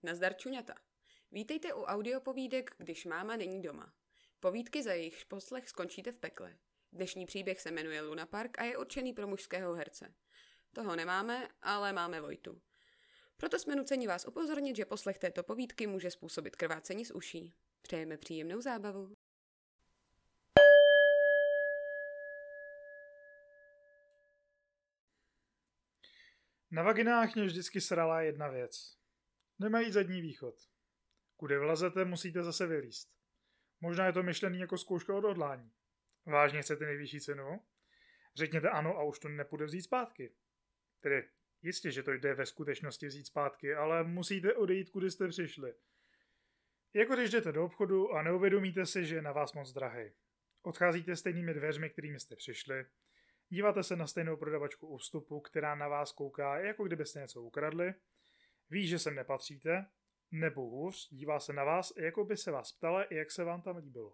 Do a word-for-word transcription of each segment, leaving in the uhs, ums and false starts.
Nazdar čuňata. Vítejte u audiopovídek, když máma není doma. Povídky, za jejichž poslech skončíte v pekle. Dnešní příběh se jmenuje Luna Park a je určený pro mužského herce. Toho nemáme, ale máme Vojtu. Proto jsme nuceni vás upozornit, že poslech této povídky může způsobit krvácení z uší. Přejeme příjemnou zábavu. Na vaginách mě vždycky srala jedna věc. Nemají zadní východ. Kudy vlezete, musíte zase vylízt. Možná je to myšlený jako zkouška odhodlání. Vážně chcete nejvyšší cenu? Řekněte ano a už to nepůjde vzít zpátky. Tedy jistě, že to jde ve skutečnosti vzít zpátky, ale musíte odejít, kudy jste přišli. Jako když jdete do obchodu a neuvědomíte si, že je na vás moc drahý. Odcházíte stejnými dveřmi, kterými jste přišli. Díváte se na stejnou prodavačku u vstupu, která na vás kouká, jako kdybyste něco ukradli. Ví, že sem nepatříte, nebo hůř, dívá se na vás, jako by se vás ptala, jak se vám tam líbilo.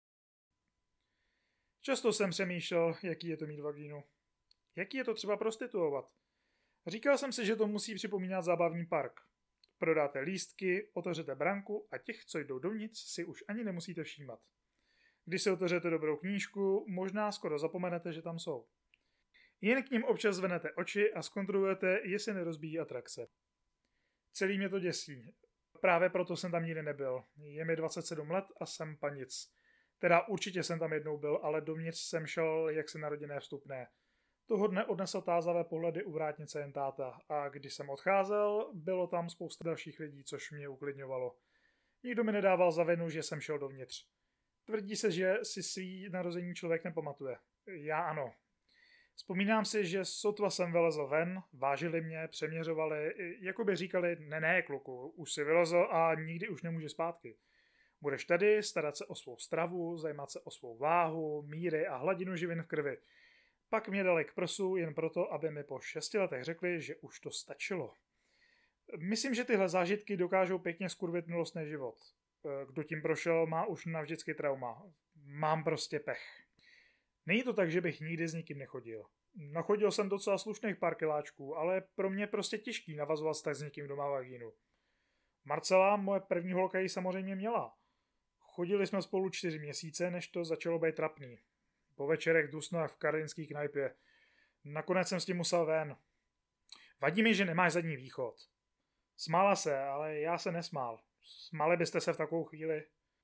Často jsem přemýšlel, jaký je to mít vagínu. Jaký je to třeba prostituovat. Říkal jsem si, že to musí připomínat zábavní park. Prodáte lístky, otevřete branku a těch, co jdou dovnitř, si už ani nemusíte všímat. Když si otevřete dobrou knížku, možná skoro zapomenete, že tam jsou. Jen k ním občas zvenete oči a zkontrolujete, jestli nerozbíjí atrakce. Celý mě to děsí. Právě proto jsem tam nikdy nebyl. Je mi dvacet sedm let a jsem panic. Teda určitě jsem tam jednou byl, ale dovnitř jsem šel jak se na rodinné vstupné. Toho dne odnesl tázavé pohledy u vrátnice jen táta a když jsem odcházel, bylo tam spousta dalších lidí, což mě uklidňovalo. Nikdo mi nedával za vinu, že jsem šel dovnitř. Tvrdí se, že si svý narození člověk nepamatuje. Já ano. Vzpomínám si, že sotva jsem vylezl ven, vážili mě, přeměřovali, jako by říkali, ne, ne, kluku, už si vylezl a nikdy už nemůže zpátky. Budeš tady starat se o svou stravu, zajímat se o svou váhu, míry a hladinu živin v krvi. Pak mě dali k prsu jen proto, aby mi po šesti letech řekli, že už to stačilo. Myslím, že tyhle zážitky dokážou pěkně skurvit milostný život. Kdo tím prošel, má už navždycky trauma. Mám prostě pech. Není to tak, že bych nikdy s nikým nechodil. Nachodil jsem docela slušných pár kiláčků, ale pro mě prostě těžký navazovat vztah s někým, kdo má vagínu. Marcela, moje první holka, ji samozřejmě měla. Chodili jsme spolu čtyři měsíce, než to začalo být trapný. Po večerech dusno jak v karlínský knajpě. Nakonec jsem s tím musel ven. Vadí mi, že nemáš zadní východ. Smála se, ale já se nesmál. Smáli byste se v takovou chvíli?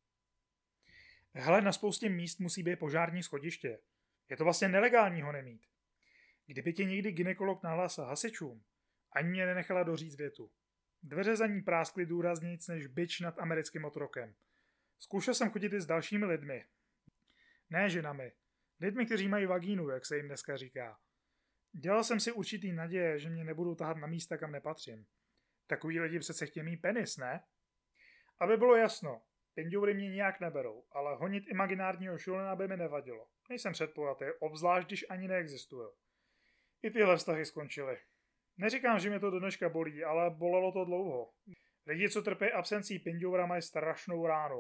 Hele, na spoustě míst musí být požární schodiště. Je to vlastně nelegální ho nemít. Kdyby tě někdy gynekolog nahlásil hasičům, ani mě nenechala doříct větu. Dveře za ní práskly důraznějc než bič nad americkým otrokem. Zkoušel jsem chodit i s dalšími lidmi. Ne ženami. Lidmi, kteří mají vagínu, jak se jim dneska říká. Dělal jsem si určitý naděje, že mě nebudou tahat na místa, kam nepatřím. Takový lidi přece chtějí mít penis, ne? Aby bylo jasno, pinďoury mě nijak neberou, ale honit imaginárního šulena by mi nevadilo. Nejsem předpojatý, obzvlášť když ani neexistuje. I tyhle vztahy skončily. Neříkám, že mě to do dneška bolí, ale bolelo to dlouho. Lidi, co trpí absencí pinďoura, mají strašnou ránu.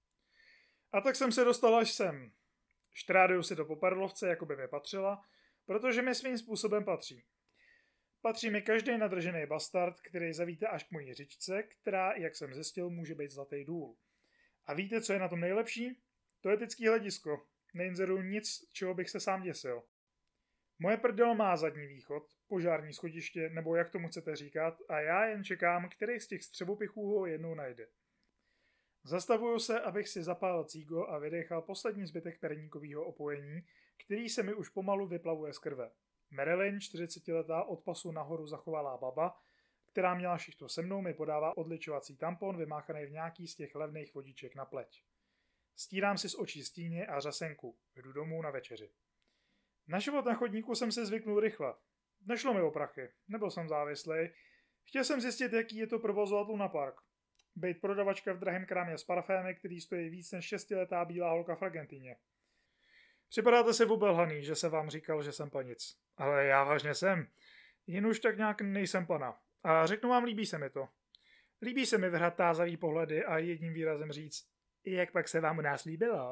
A tak jsem se dostal až sem. Štráduju si to po perlovce, jako by mi patřila, protože mi svým způsobem patří. Patří mi každý nadržený bastard, který zavíte až k mojí říčce, která, jak jsem zjistil, může být zlatý důl. A víte, co je na tom nejlepší? To etický hledisko. Neinzeruju nic, čeho bych se sám děsil. Moje prdel má zadní východ, požární schodiště, nebo jak tomu chcete říkat, a já jen čekám, který z těch střevopichů ho jednou najde. Zastavuju se, abych si zapálil cígo a vydechal poslední zbytek perníkového opojení, který se mi už pomalu vyplavuje z krve. Marilyn, čtyřicetiletá od pasu nahoru zachovalá baba, která měla šichtu se mnou, mi podává odličovací tampon vymáchaný v nějaký z těch levných vodiček na pleť. Stírám si z očí stíně a řasenku. Jdu domů na večeři. Na život na chodníku jsem se zvyknul rychle. Nešlo mi o prachy, nebyl jsem závislý. Chtěl jsem zjistit, jaký je to provozovat Luna Park. Bejt prodavačka v drahém krámě s parfémy, který stojí víc než šestiletá bílá holka v Argentíně. Připadáte si obelhaný, že se vám říkal, že jsem panic. Ale já vážně jsem. Jen už tak nějak nejsem pana. A řeknu vám, líbí se mi to. Líbí se mi vrhat tázavý pohledy a jedním výrazem říct, jak pak se vám u nás líbilo.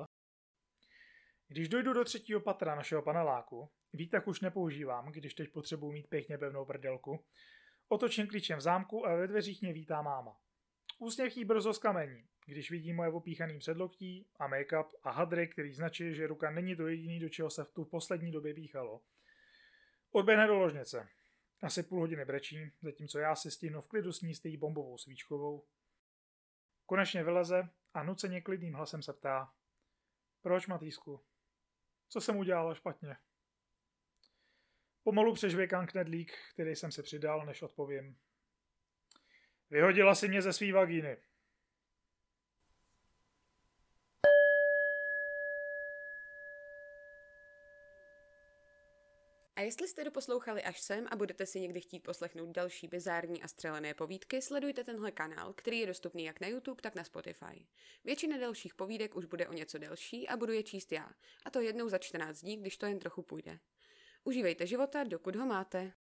Když dojdu do třetího patra našeho paneláku, výtah už nepoužívám, když teď potřebuji mít pěkně pevnou prdelku, otočím klíčem v zámku a ve dveřích mě vítá máma. Úsměv jí brzo zkamení, když vidí moje opíchaný předloktí a make-up a hadry, který značí, že ruka není to jediný, do čeho se v tu poslední době píchalo. Odběhne do ložnice. Asi půl hodiny brečí, zatímco já si stihnu v klidu sníst její bombovou svíčkovou. Konečně vyleze a nuceně klidným hlasem se ptá: Proč, Matýsku? Co jsem udělala špatně? Pomalu přežvěkám knedlík, který jsem si přidal, než odpovím: Vyhodila si mě ze svý vagíny. A jestli jste doposlouchali až sem a budete si někdy chtít poslechnout další bizární a střelené povídky, sledujte tenhle kanál, který je dostupný jak na YouTube, tak na Spotify. Většina dalších povídek už bude o něco delší a budu je číst já, a to jednou za čtrnáct dní, když to jen trochu půjde. Užívejte života, dokud ho máte.